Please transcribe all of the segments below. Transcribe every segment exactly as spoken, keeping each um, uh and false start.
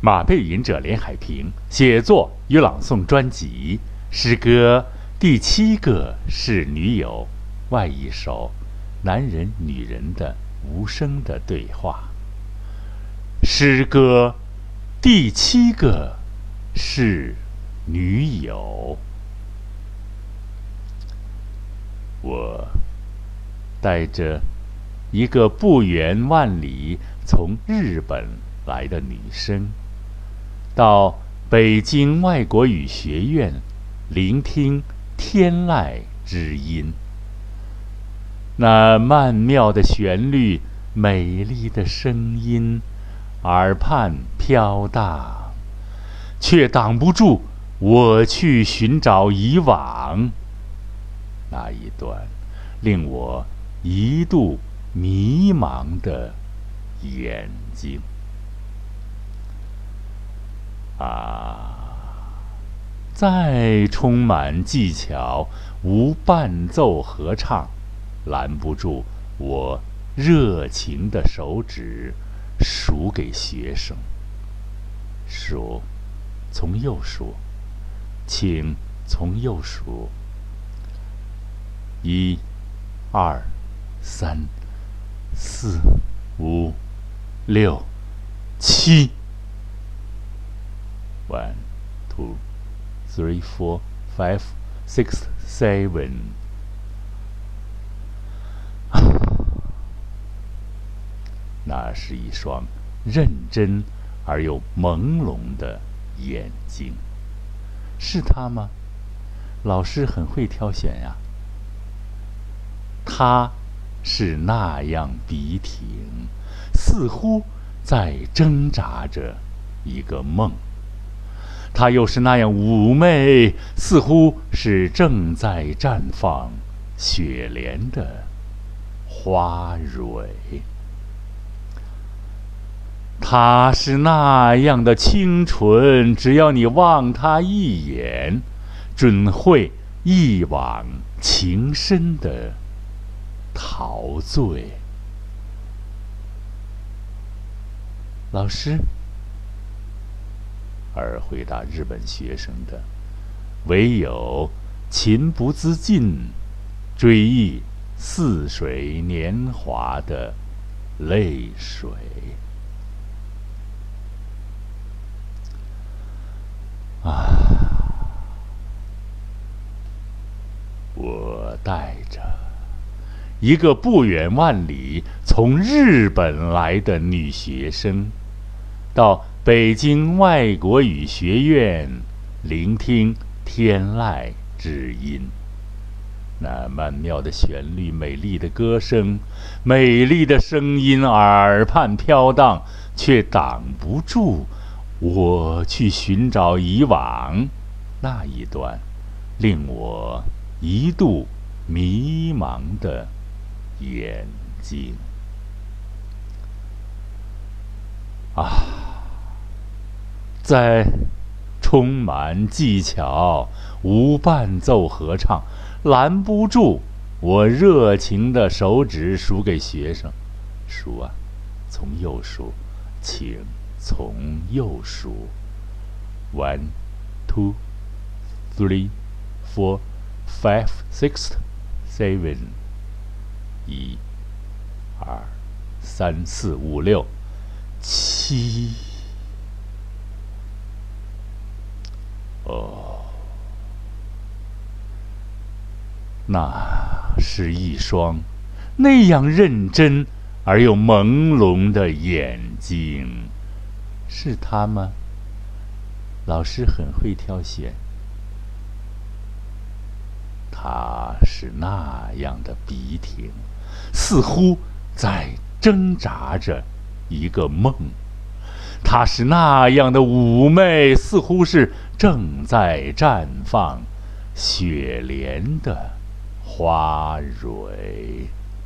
马背吟者连海平写作与朗诵专辑诗歌第七个是女友，外一首男人女人的无声的对话。诗歌第七个是女友。我带着一个不远万里从日本来的女生，到北京外国语学院聆听天籁之音。那曼妙的旋律，美丽的声音，耳畔飘荡，却挡不住我去寻找以往那一段令我一度迷茫的眼睛。啊，再充满技巧，无伴奏合唱，拦不住我热情的手指数给学生。数，从右数，请从右数。一、二、三、四、五、六、七。One, two, three, four, five, six, seven。那是一双认真而又朦胧的眼睛，是他吗？老师很会挑选呀。他是那样笔挺，似乎在挣扎着一个梦。他又是那样妩媚，似乎是正在绽放雪莲的花蕊。他是那样的清纯，只要你望他一眼，准会一往情深的陶醉。老师，而回答日本学生的，唯有情不自禁追忆似水年华的泪水。啊，我带着一个不远万里从日本来的女学生，到北京外国语学院聆听天籁之音。那曼妙的旋律，美丽的歌声，美丽的声音耳畔飘荡，却挡不住我去寻找以往那一段令我一度迷茫的眼睛。啊，在充满技巧，无伴奏合唱，拦不住我热情的手指数给学生。数啊，从右数，请从右数。One, two, three, four, five, six, seven。一、二、三、四、五、六、七。哦，那是一双那样认真而又朦胧的眼睛，是他吗？老师很会挑选。他是那样的笔挺，似乎在挣扎着一个梦。他是那样的妩媚，似乎是正在绽放雪莲的花蕊。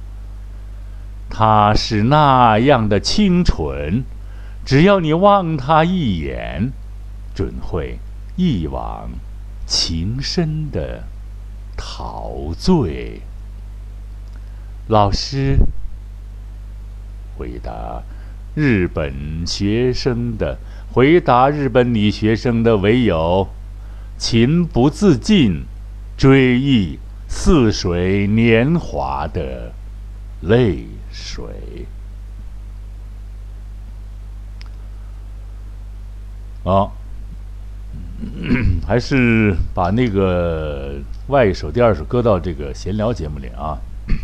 他是那样的清纯，只要你望他一眼，准会一往情深的陶醉。老师回答日本学生的回答日本女学生的唯有情不自禁追忆似水年华的泪水。啊，还是把那个外一首第二首搁到这个闲聊节目里啊。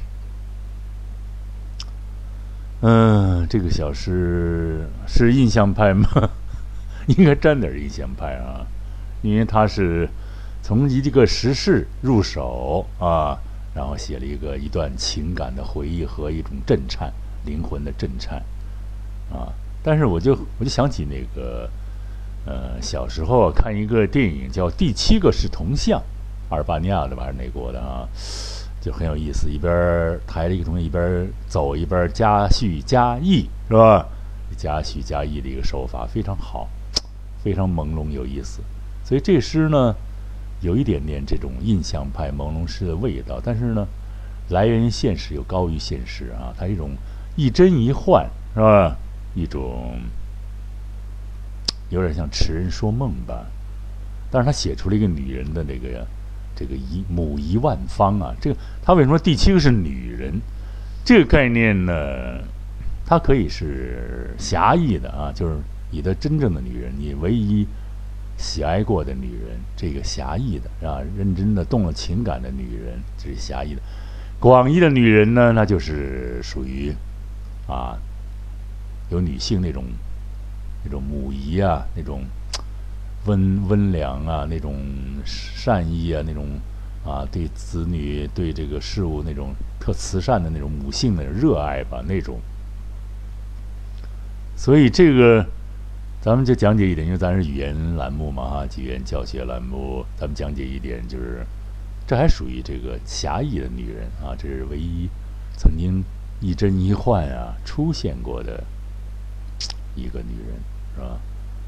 嗯，这个小诗是印象派吗？应该沾点印象派啊，因为它是从一个时事入手啊，然后写了一个一段情感的回忆和一种震颤，灵魂的震颤啊。但是我就我就想起那个，呃，小时候看一个电影叫《第七个是铜像》，阿尔巴尼亚的吧，还是哪国的啊？就很有意思，一边抬着一个东西，一边走，一边加叙加意，是吧？加叙加意的一个手法非常好，非常朦胧有意思。所以这诗呢，有一点点这种印象派朦胧诗的味道，但是呢，来源于现实又高于现实啊，它一种一真一幻，是吧？一种有点像痴人说梦吧。但是他写出了一个女人的那个。这个一母一万方啊，这个他为什么第七个是女人？这个概念呢，它可以是狭义的啊，就是你的真正的女人，你唯一喜爱过的女人，这个狭义的啊，认真的动了情感的女人，这是狭义的。广义的女人呢，那就是属于啊，有女性那种那种母仪啊，那种。温温良啊，那种善意啊，那种啊，对子女对这个事物那种特慈善的那种母性的热爱吧，那种。所以这个咱们就讲解一点，因为咱是语言栏目嘛，哈，语言教学栏目，咱们讲解一点，就是这还属于这个狭义的女人啊，这是唯一曾经一真一幻啊出现过的一个女人，是吧？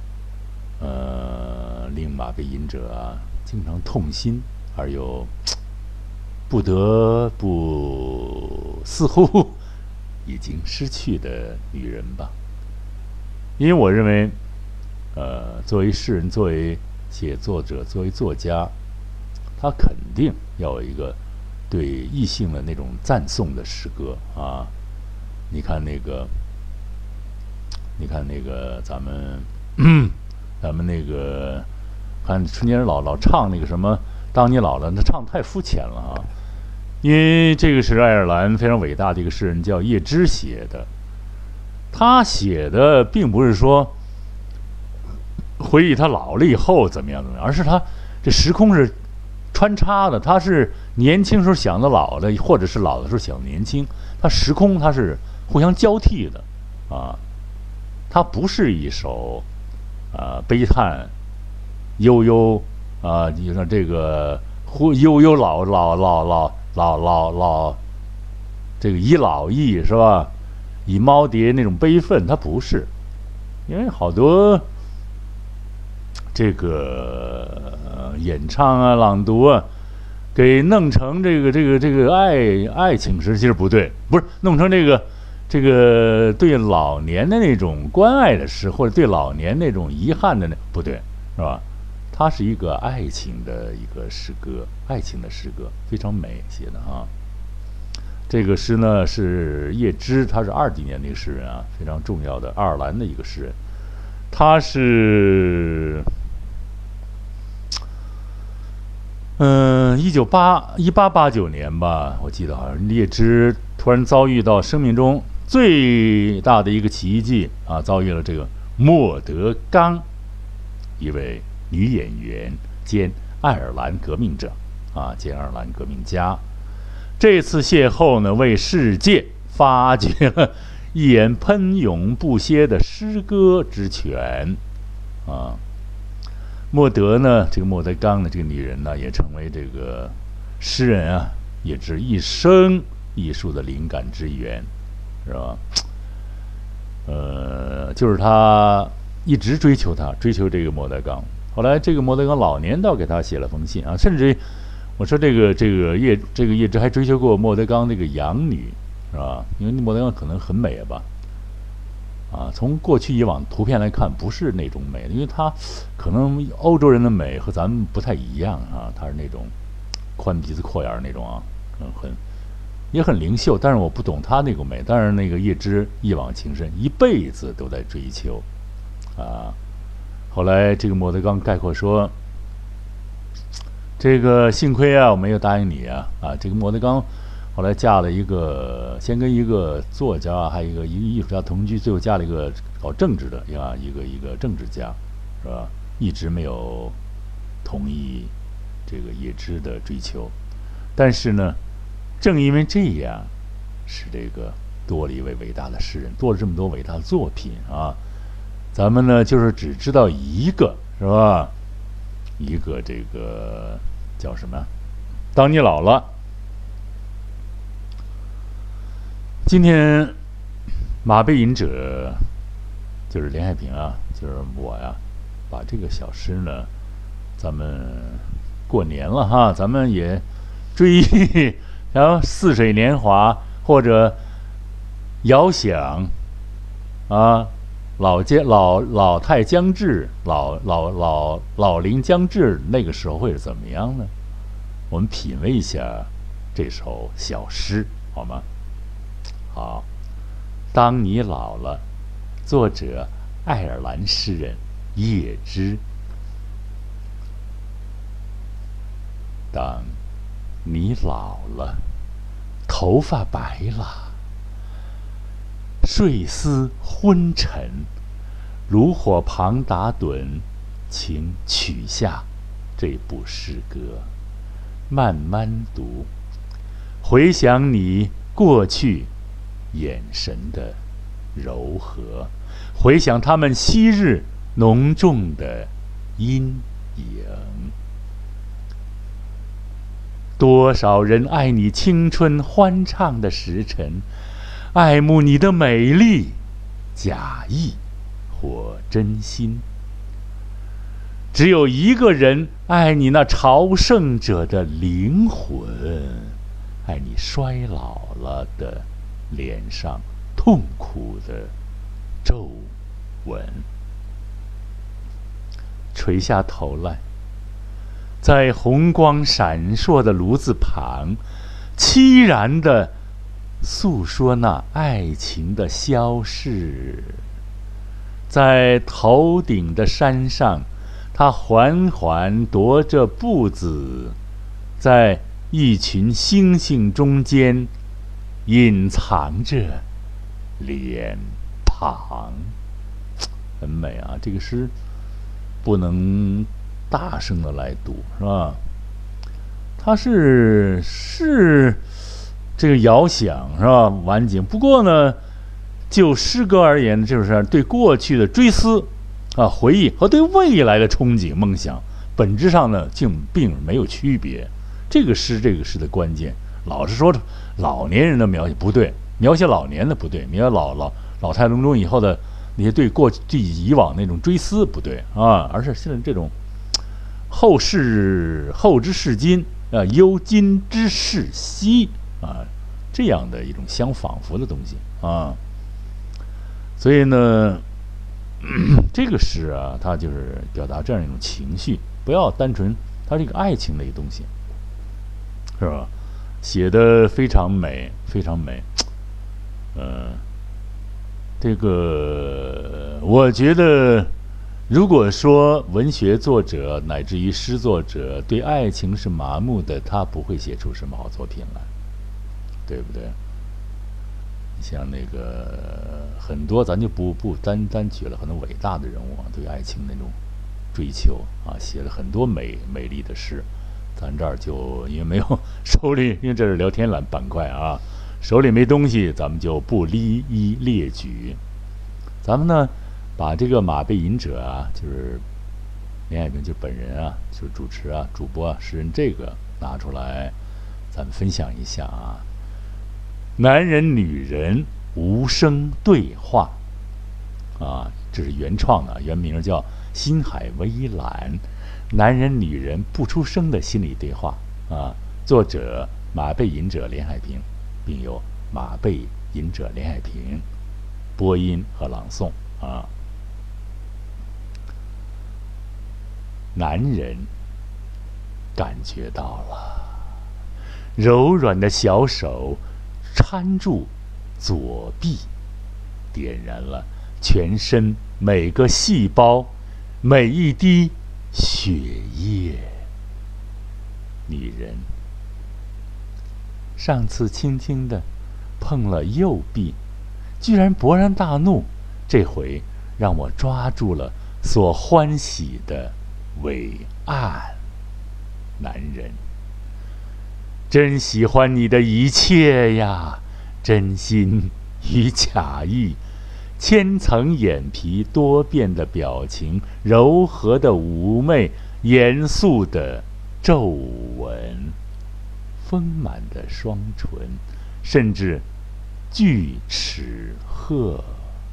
呃，令马背吟者啊，经常痛心而又不得不似乎已经失去的女人吧。因为我认为，呃，作为诗人，作为写作者，作为作家，他肯定要有一个对异性的那种赞颂的诗歌啊。你看那个，你看那个咱们。嗯咱们那个看春节人老老唱那个什么，当你老了，那唱太肤浅了啊！因为这个是爱尔兰非常伟大的一个诗人，叫叶芝写的。他写的并不是说回忆他老了以后怎么样怎么样，而是他这时空是穿插的，他是年轻时候想的老的，或者是老的时候想的年轻，他时空它是互相交替的啊。它不是一首。啊、呃，悲叹，悠悠啊，你、呃、说这个忽悠悠老老老老老老老，这个以老易是吧？以猫蝶那种悲愤，它不是，因为好多这个、呃、演唱啊、朗读啊，给弄成这个这个这个爱爱情诗，其实不对，不是弄成这个。这个对老年的那种关爱的诗，或者对老年那种遗憾的那不对，是吧？它是一个爱情的一个诗歌，爱情的诗歌非常美写的啊。这个诗呢是叶芝，他是二几年的一个诗人啊，非常重要的爱尔兰的一个诗人。他是嗯，一九八一八八九年吧，我记得好像叶芝突然遭遇到生命中。最大的一个奇迹啊，遭遇了这个莫德刚，一位女演员兼爱尔兰革命者啊，兼爱尔兰革命家。这次邂逅呢，为世界发掘了一眼喷涌不歇的诗歌之泉啊。莫德呢，这个莫德刚呢，这个女人呢，也成为这个诗人啊，也是一生艺术的灵感之源。是吧？呃，就是他一直追求他，追求这个莫德刚。后来这个莫德刚老年倒给他写了封信啊，甚至我说这个这个叶这个叶芝还追求过莫德刚那个养女，是吧？因为莫德刚可能很美吧， 啊，从过去以往图片来看，不是那种美，因为它可能欧洲人的美和咱们不太一样啊，它是那种宽鼻子阔眼那种啊，嗯，很也很灵秀，但是我不懂他那个美。但是那个叶芝一往情深，一辈子都在追求啊。后来这个莫德刚概括说，这个幸亏啊，我没有答应你啊啊！这个莫德刚后来嫁了一个，先跟一个作家，还有一个一个艺术家同居，最后嫁了一个搞政治的呀，一个一个政治家，是吧？一直没有同意这个叶芝的追求，但是呢，正因为这样，使这个多了一位伟大的诗人，多了这么多伟大的作品啊。咱们呢，就是只知道一个，是吧？一个这个叫什么？当你老了。今天马背吟者就是连海平啊，就是我呀，把这个小诗呢，咱们过年了哈，咱们也追忆，然后似水年华或者遥想啊，老将老老态将至，老老老老龄将至，那个时候会是怎么样呢？我们品味一下这首小诗好吗？好，当你老了，作者爱尔兰诗人叶芝。当你老了，头发白了，睡思昏沉，炉火旁打盹，请取下这部诗歌，慢慢读，回想你过去眼神的柔和，回想他们昔日浓重的阴影。多少人爱你青春欢畅的时辰，爱慕你的美丽，假意或真心。只有一个人爱你那朝圣者的灵魂，爱你衰老了的脸上痛苦的皱纹。垂下头来，在红光闪烁的炉子旁，凄然地诉说那爱情的消逝。在头顶的山上，他缓缓踱着步子，在一群星星中间隐藏着脸庞。很美啊，这个诗不能大声的来读，是吧？它是是这个遥想，是吧？晚景。不过呢，就诗歌而言，就是对过去的追思啊、回忆和对未来的憧憬、梦想，本质上呢，竟并没有区别。这个诗，这个诗的关键，老是说老年人的描写不对，描写老年的不对，描写老老老态龙钟以后的那些对过去以往那种追思不对啊，而是现在这种后世后之视今啊，忧今之视昔啊，这样的一种相仿佛的东西啊。所以呢，这个诗啊，它就是表达这样一种情绪，不要单纯，它是一个爱情的一个东西，是吧？写的非常美，非常美。呃，这个我觉得，如果说文学作者乃至于诗作者对爱情是麻木的，他不会写出什么好作品来，对不对？像那个很多，咱就不不单单举了很多伟大的人物啊，对爱情那种追求啊，写了很多美美丽的诗。咱这儿就因为没有手里，因为这是聊天栏板块啊，手里没东西，咱们就不一一列举。咱们呢，把这个马背吟者啊，就是连海平就是本人啊，就是主持啊、主播啊、诗人这个拿出来，咱们分享一下啊。男人女人无声对话啊，这是原创的，原名叫《心海微澜》，男人女人不出声的心理对话啊。作者马背吟者连海平，并由马背吟者连海平播播音和朗诵啊。男人感觉到了，柔软的小手搀住左臂，点燃了全身每个细胞，每一滴血液。女人上次轻轻地碰了右臂，居然勃然大怒，这回让我抓住了所欢喜的伟岸。男人真喜欢你的一切呀，真心与假意，千层眼皮，多变的表情，柔和的妩媚，严肃的皱纹，丰满的双唇，甚至锯齿鹤。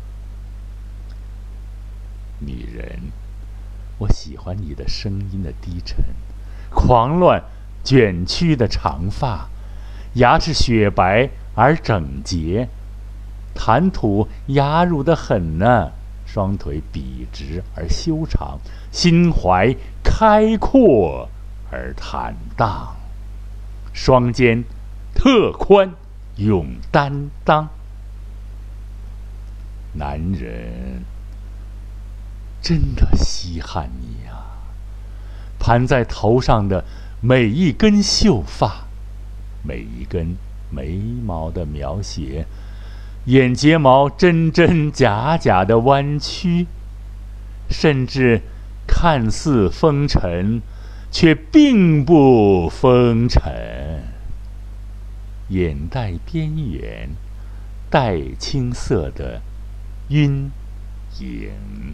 女人，我喜欢你的声音的低沉，狂乱卷曲的长发，牙齿雪白而整洁，谈吐雅辱得很呢，双腿笔直而修长，心怀开阔而坦荡，双肩特宽勇担当。男人真的稀罕你呀、啊！盘在头上的每一根秀发，每一根眉毛的描写，眼睫毛真真假假的弯曲，甚至看似风尘，却并不风尘。眼袋边缘带青色的晕影。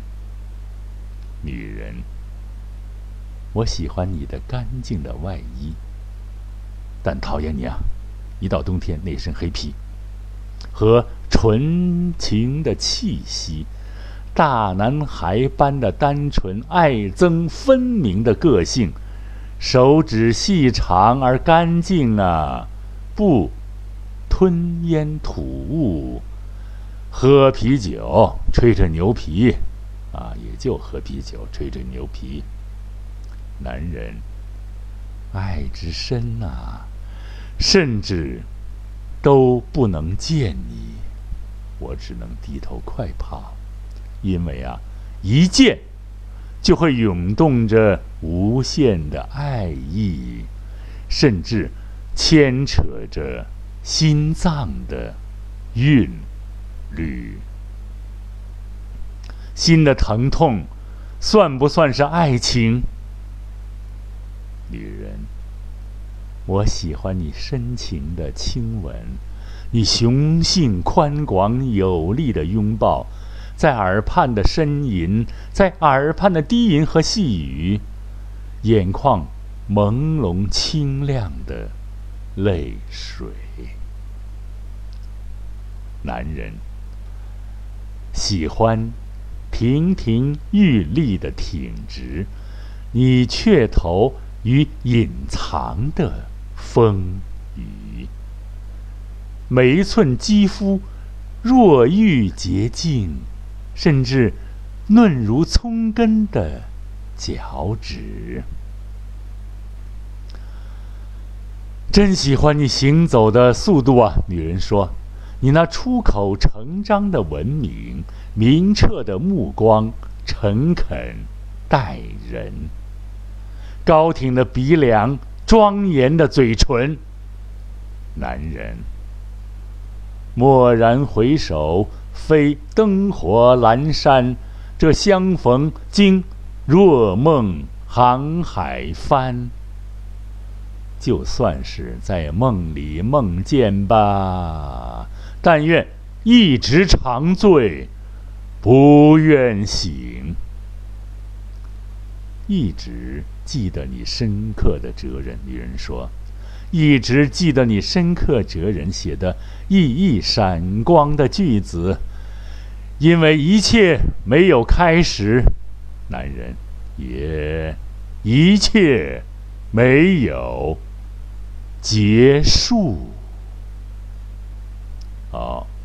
女人，我喜欢你的干净的外衣，但讨厌你啊！一到冬天那身黑皮和纯情的气息，大男孩般的单纯，爱憎分明的个性，手指细长而干净啊，不吞烟吐雾，喝啤酒吹着牛皮啊，也就喝啤酒吹着牛皮。男人爱之深啊，甚至都不能见你，我只能低头快跑，因为啊，一见就会涌动着无限的爱意，甚至牵扯着心脏的韵律。心的疼痛算不算是爱情？女人，我喜欢你深情的亲吻，你雄性宽广有力的拥抱，在耳畔的呻吟，在耳畔的低吟和细语，眼眶朦胧清亮的泪水。男人喜欢亭亭玉立的挺直，你雀头与隐藏的风雨，每一寸肌肤若玉洁净，甚至嫩如葱根的脚趾。真喜欢你行走的速度啊！女人说，你那出口成章的文明，明澈的目光，诚恳待人，高挺的鼻梁，庄严的嘴唇。男人，蓦然回首，非灯火阑珊，这相逢经若梦航海帆。就算是在梦里梦见吧，但愿一直长醉，不愿醒。一直记得你深刻的责任，女人说，一直记得你深刻责任写的熠熠闪光的句子，因为一切没有开始，男人也一切没有结束。好，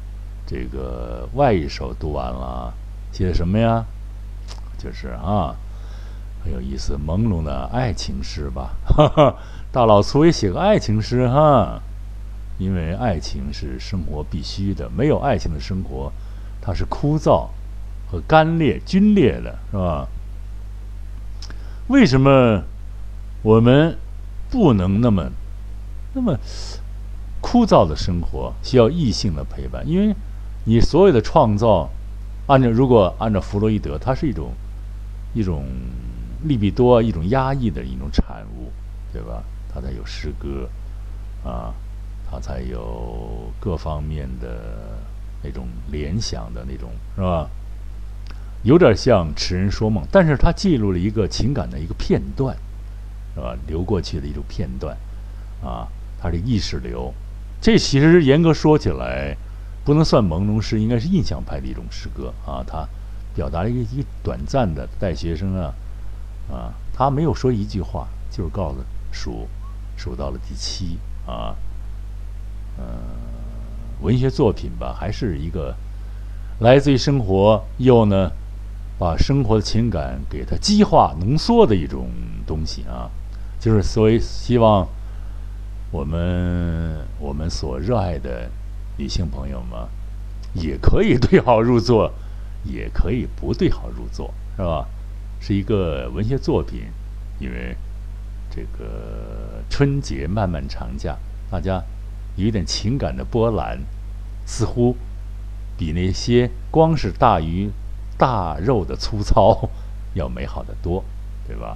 这个外一首读完了，写的什么呀？就是啊，很有意思，朦胧的爱情诗吧。哈哈，大老粗也写个爱情诗哈，因为爱情是生活必须的，没有爱情的生活，它是枯燥和干裂、皲裂的，是吧？为什么我们不能那么那么枯燥的生活，需要异性的陪伴？因为你所有的创造，按照如果按照弗洛伊德，它是一种一种利比多，一种压抑的一种产物，对吧？它才有诗歌啊，它才有各方面的那种联想的那种，是吧？有点像痴人说梦，但是它记录了一个情感的一个片段，是吧？流过去的一种片段啊，它是意识流。这其实严格说起来，不能算朦胧诗，应该是印象派的一种诗歌啊。它表达了一个一个短暂的带学生啊啊，他没有说一句话，就是告诉数数到了第七啊。呃，文学作品吧，还是一个来自于生活，又呢把生活的情感给它激化浓缩的一种东西啊。就是所以希望我们我们所热爱的女性朋友们也可以对号入座，也可以不对号入座，是吧？是一个文学作品，因为这个春节漫漫长假，大家有一点情感的波澜，似乎比那些光是大鱼大肉的粗糙要美好得多，对吧？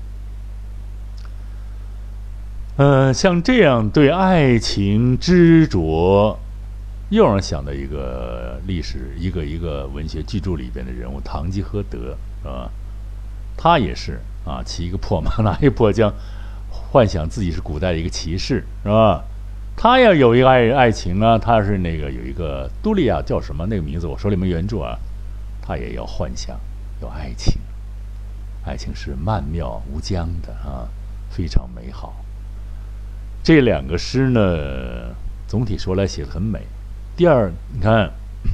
呃，像这样对爱情执着，又让人想到一个历史，一个一个文学巨著里边的人物堂吉诃德，是吧？他也是啊，骑一个破马，拿一个破枪，幻想自己是古代的一个骑士，是吧？他要有一个爱爱情啊，他是那个有一个杜利亚叫什么那个名字，我手里没原著啊，他也要幻想有爱情，爱情是曼妙无疆的啊，非常美好。这两个诗呢，总体说来写得很美。第二，你看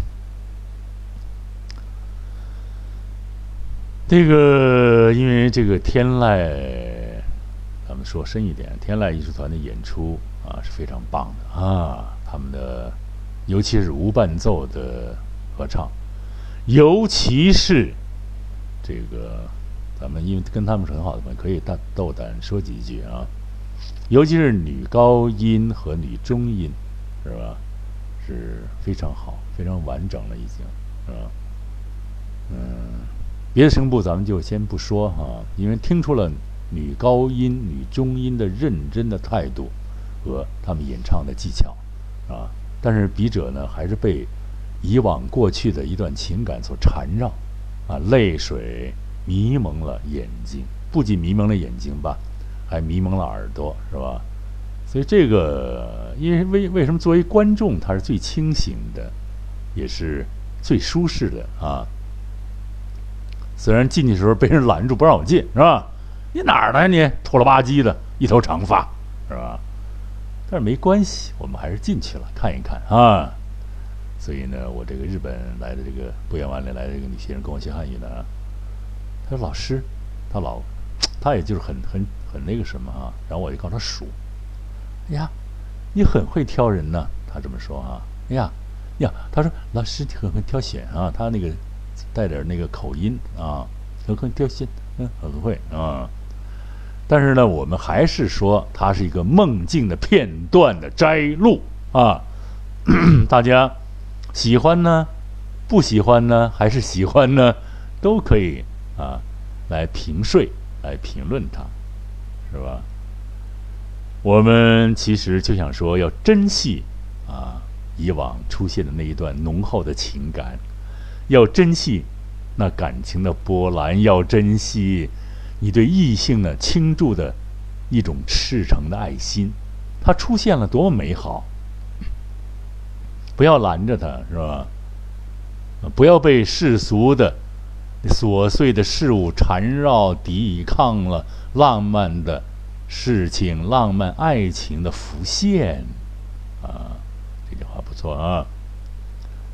这个，因为这个天籁，咱们说深一点，天籁艺术团的演出啊是非常棒的啊，他们的尤其是无伴奏的合唱，尤其是这个咱们因为跟他们是很好的朋友，可以大斗胆说几句啊。尤其是女高音和女中音，是吧？是非常好，非常完整了，已经，是吧？嗯，别的声部咱们就先不说哈，因为听出了女高音、女中音的认真的态度和他们演唱的技巧，啊，但是笔者呢，还是被以往过去的一段情感所缠绕，啊，泪水迷蒙了眼睛，不仅迷蒙了眼睛吧。还迷蒙了耳朵，是吧？所以这个，因为为为什么作为观众他是最清醒的，也是最舒适的啊。虽然进去的时候被人拦住不让我进，是吧？你哪儿来你秃了吧唧的一头长发，是吧？但是没关系，我们还是进去了看一看啊。所以呢，我这个日本来的这个不远万里来的这个女学生跟我学汉语呢，她说老师，她老。他也就是很很很那个什么啊，然后我就告诉他数，哎呀，你很会挑人呢，他这么说啊，哎呀呀，他说老师你很会挑选啊，他那个带点那个口音啊，很会挑选，嗯，很会啊。但是呢，我们还是说它是一个梦境的片段的摘录啊，大家喜欢呢，不喜欢呢，还是喜欢呢，都可以啊来评说。来评论它，是吧？我们其实就想说，要珍惜啊以往出现的那一段浓厚的情感，要珍惜那感情的波澜，要珍惜你对异性呢倾注的一种赤诚的爱心，它出现了多么美好！不要拦着它，是吧？不要被世俗的琐碎的事物缠绕，抵抗了浪漫的事情、浪漫爱情的浮现啊！这句话不错啊。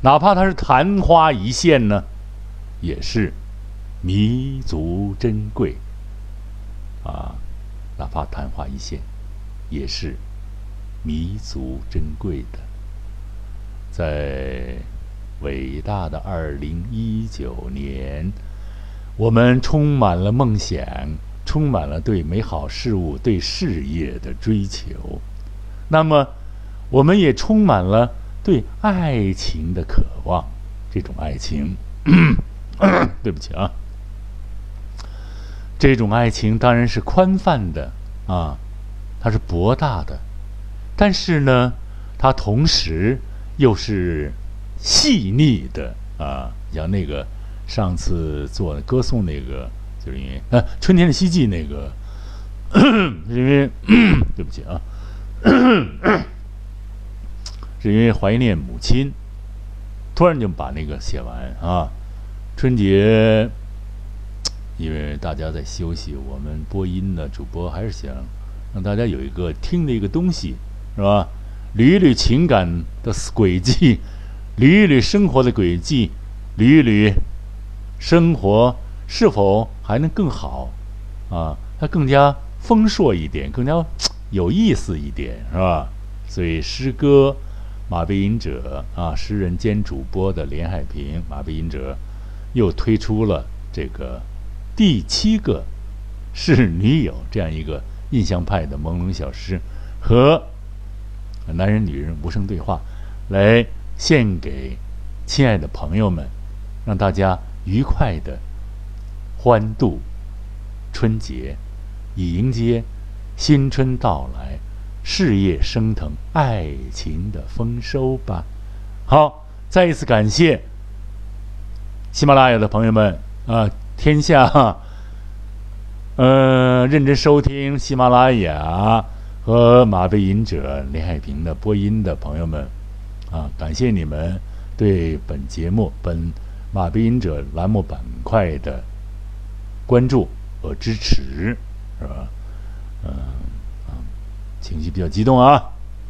哪怕它是昙花一现呢，也是弥足珍贵啊！哪怕昙花一现，也是弥足珍贵的。在伟大的二零一九年，我们充满了梦想，充满了对美好事物、对事业的追求。那么，我们也充满了对爱情的渴望。这种爱情，对不起啊，这种爱情当然是宽泛的啊，它是博大的，但是呢，它同时又是细腻的啊。像那个上次做歌颂那个，就是因为啊春天的希冀那个，是因为对不起啊，是因为怀念母亲，突然就把那个写完啊。春节，因为大家在休息，我们播音的主播还是想让大家有一个听的一个东西，是吧？捋一捋情感的轨迹，捋一捋生活的轨迹，捋一捋生活是否还能更好啊？它更加丰硕一点，更加有意思一点，是吧？所以诗歌马背吟者啊，诗人兼主播的连海平马背吟者又推出了这个第七个是女友这样一个印象派的朦胧小诗和男人女人无声对话，来献给亲爱的朋友们，让大家愉快的欢度春节，以迎接新春到来，事业升腾，爱情的丰收吧。好，再一次感谢喜马拉雅的朋友们啊，天下呃认真收听喜马拉雅和马背吟者连海平的播音的朋友们啊，感谢你们对本节目本马背吟者栏目板块的关注和支持，是吧？嗯、呃、啊，情绪比较激动啊。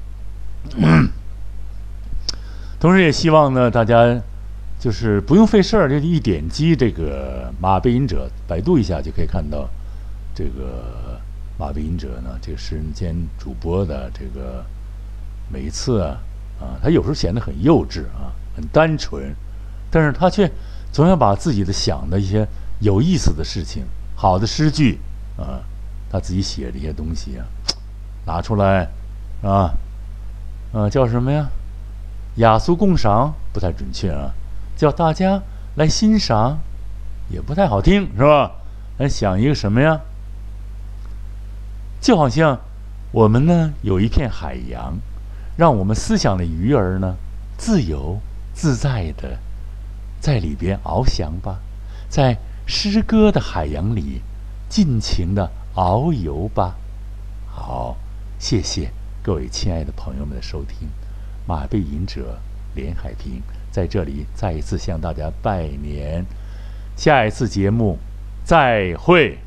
同时也希望呢，大家就是不用费事儿，就一点击这个马背吟者，百度一下就可以看到这个马背吟者呢，这个诗人兼主播的这个每一次啊啊，他有时候显得很幼稚啊，很单纯，但是他却总要把自己的想的一些有意思的事情、好的诗句啊，他自己写的一些东西啊，拿出来啊，啊叫什么呀？雅俗共赏不太准确啊，叫大家来欣赏也不太好听，是吧？来想一个什么呀？就好像我们呢有一片海洋，让我们思想的鱼儿呢自由自在的在里边翱翔吧，在诗歌的海洋里尽情的遨游吧。好，谢谢各位亲爱的朋友们的收听，马背吟者连海平在这里再一次向大家拜年，下一次节目再会。